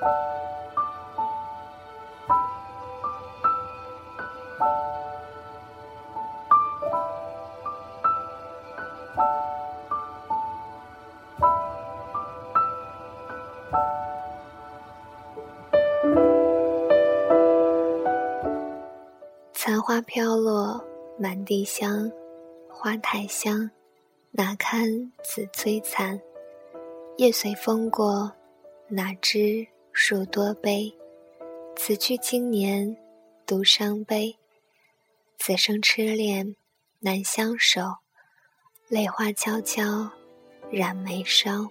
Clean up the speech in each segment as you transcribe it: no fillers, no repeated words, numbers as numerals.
残花飘落满地香，花太香，哪堪此摧残。叶随风过，哪知树多悲。此去经年，独伤悲。此生痴恋，难相守。泪花悄悄，染眉梢。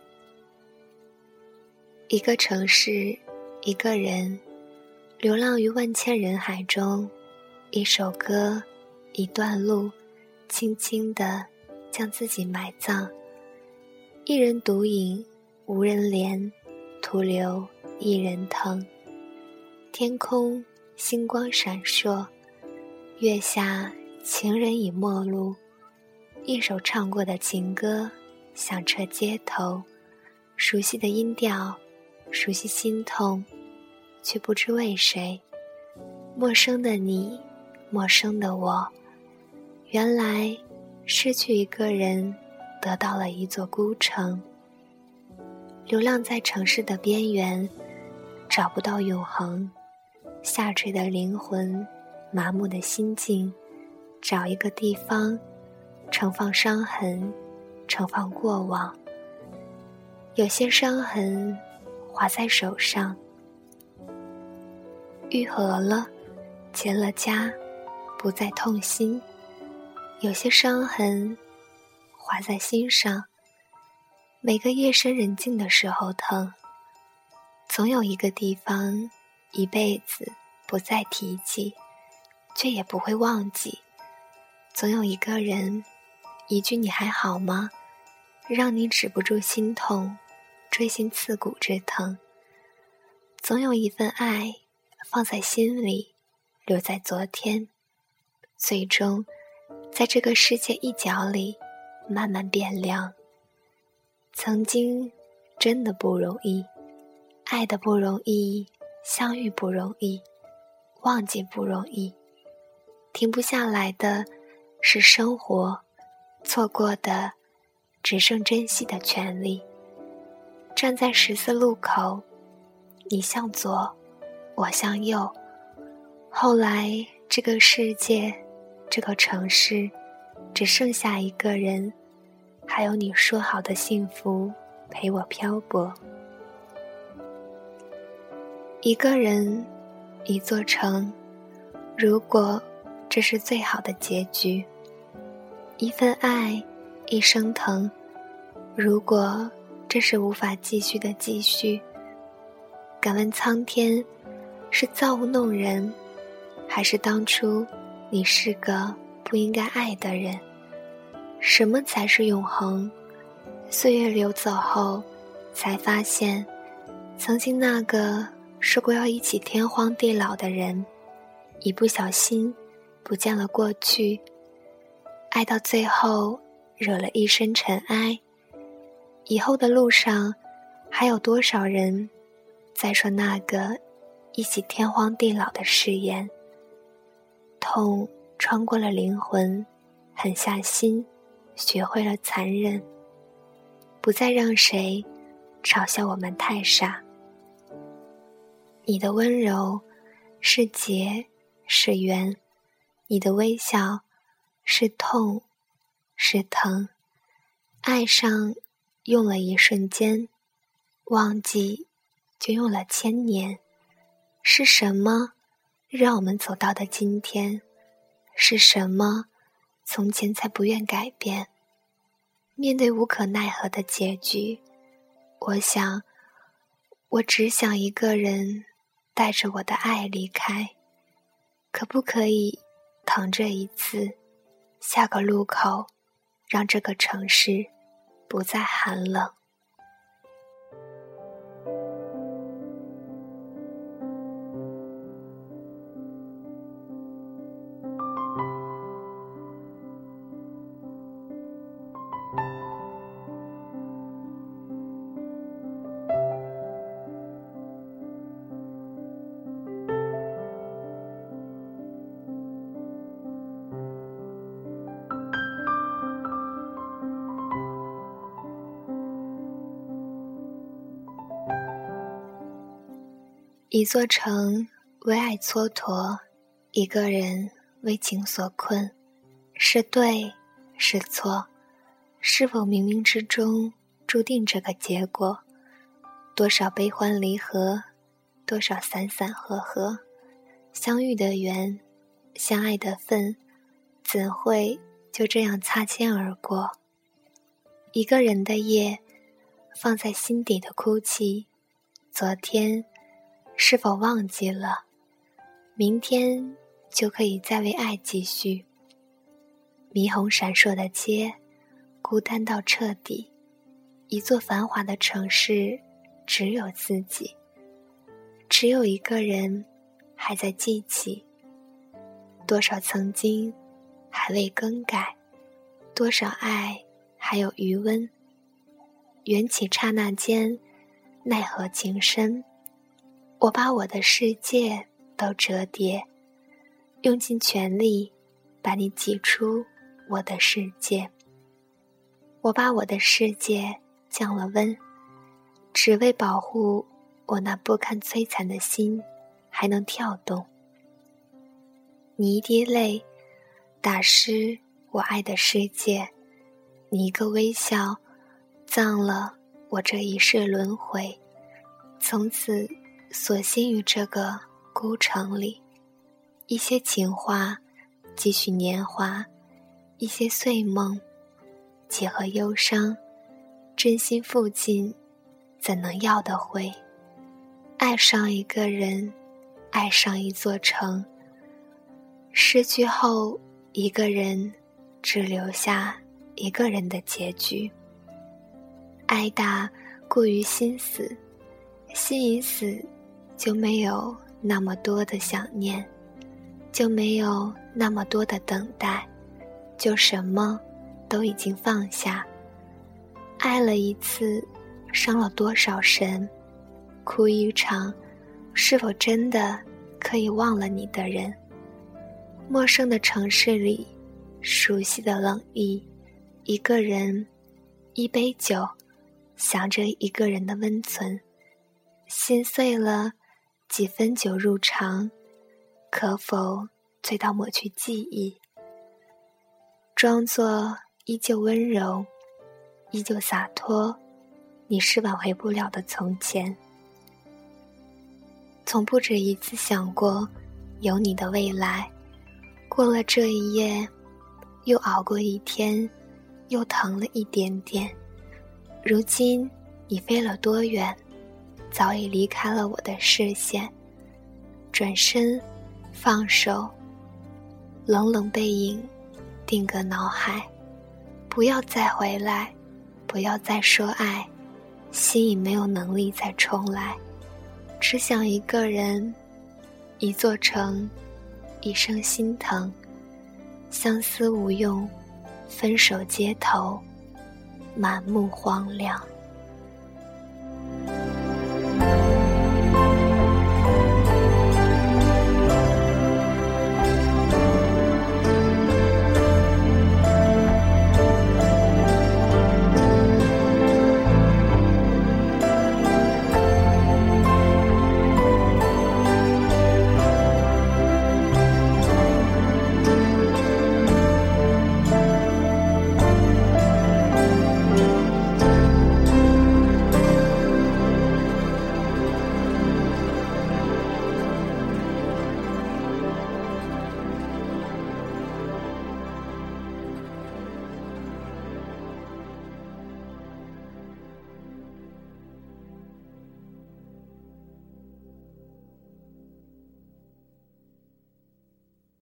一个城市，一个人，流浪于万千人海中，一首歌，一段路，轻轻地将自己埋葬。一人独饮，无人怜，徒留一人疼。天空星光闪烁，月下情人已陌路。一首唱过的情歌，响彻街头。熟悉的音调，熟悉心痛，却不知为谁。陌生的你，陌生的我，原来失去一个人，得到了一座孤城。流浪在城市的边缘，找不到永恒。下垂的灵魂，麻木的心境，找一个地方，盛放伤痕，盛放过往。有些伤痕划在手上，愈合了，结了痂，不再痛心。有些伤痕划在心上，每个夜深人静的时候疼。总有一个地方，一辈子不再提起，却也不会忘记。总有一个人，一句你还好吗，让你止不住心痛，锥心刺骨之疼。总有一份爱，放在心里，留在昨天，最终在这个世界一角里慢慢变亮。曾经真的不容易，爱的不容易，相遇不容易，忘记不容易。停不下来的是生活，错过的只剩珍惜的权利。站在十字路口，你向左，我向右。后来这个世界，这个城市，只剩下一个人，还有你说好的幸福陪我漂泊。一个人，一座城，如果这是最好的结局。一份爱，一生疼，如果这是无法继续的继续。敢问苍天，是造物弄人，还是当初你是个不应该爱的人？什么才是永恒？岁月流走后，才发现曾经那个说过要一起天荒地老的人，一不小心不见了过去。爱到最后惹了一身尘埃，以后的路上还有多少人在说那个一起天荒地老的誓言？痛穿过了灵魂，狠下心，学会了残忍，不再让谁嘲笑我们太傻。你的温柔是劫是缘，你的微笑是痛是疼。爱上用了一瞬间，忘记就用了千年。是什么让我们走到的今天？是什么从前才不愿改变？面对无可奈何的结局，我想，我只想一个人带着我的爱离开。可不可以疼这一次，下个路口让这个城市不再寒冷？ 一座城为爱蹉跎，一个人为情所困，是对是错？是否冥冥之中注定这个结果？多少悲欢离合，多少散散合合，相遇的缘，相爱的分，怎会就这样擦肩而过？一个人的夜，放在心底的哭泣，昨天是否忘记了？明天就可以再为爱继续。霓虹闪烁的街，孤单到彻底。一座繁华的城市，只有自己，只有一个人还在记起。多少曾经还未更改，多少爱还有余温。缘起刹那间，奈何情深。我把我的世界都折叠，用尽全力把你挤出我的世界。我把我的世界降了温，只为保护我那不堪摧残的心还能跳动。你一滴泪打湿我爱的世界，你一个微笑葬了我这一世轮回。从此锁心于这个孤城里，一些情话继续年华，一些碎梦结合忧伤，真心付尽怎能要得回？爱上一个人，爱上一座城，失去后一个人只留下一个人的结局。爱大过于心死，心一死就没有那么多的想念，就没有那么多的等待，就什么都已经放下。爱了一次，伤了多少神？哭一场，是否真的可以忘了你的人？陌生的城市里，熟悉的冷意，一个人，一杯酒，想着一个人的温存。心碎了，几分酒入肠，可否醉到抹去记忆？装作依旧温柔，依旧洒脱，你是挽回不了的从前。从不止一次想过有你的未来，过了这一夜，又熬过一天，又疼了一点点。如今你飞了多远，早已离开了我的视线。转身放手，冷冷背影定格脑海。不要再回来，不要再说爱，心已没有能力再重来。只想一个人，一座城，一生心疼。相思无用，分手街头，满目荒凉。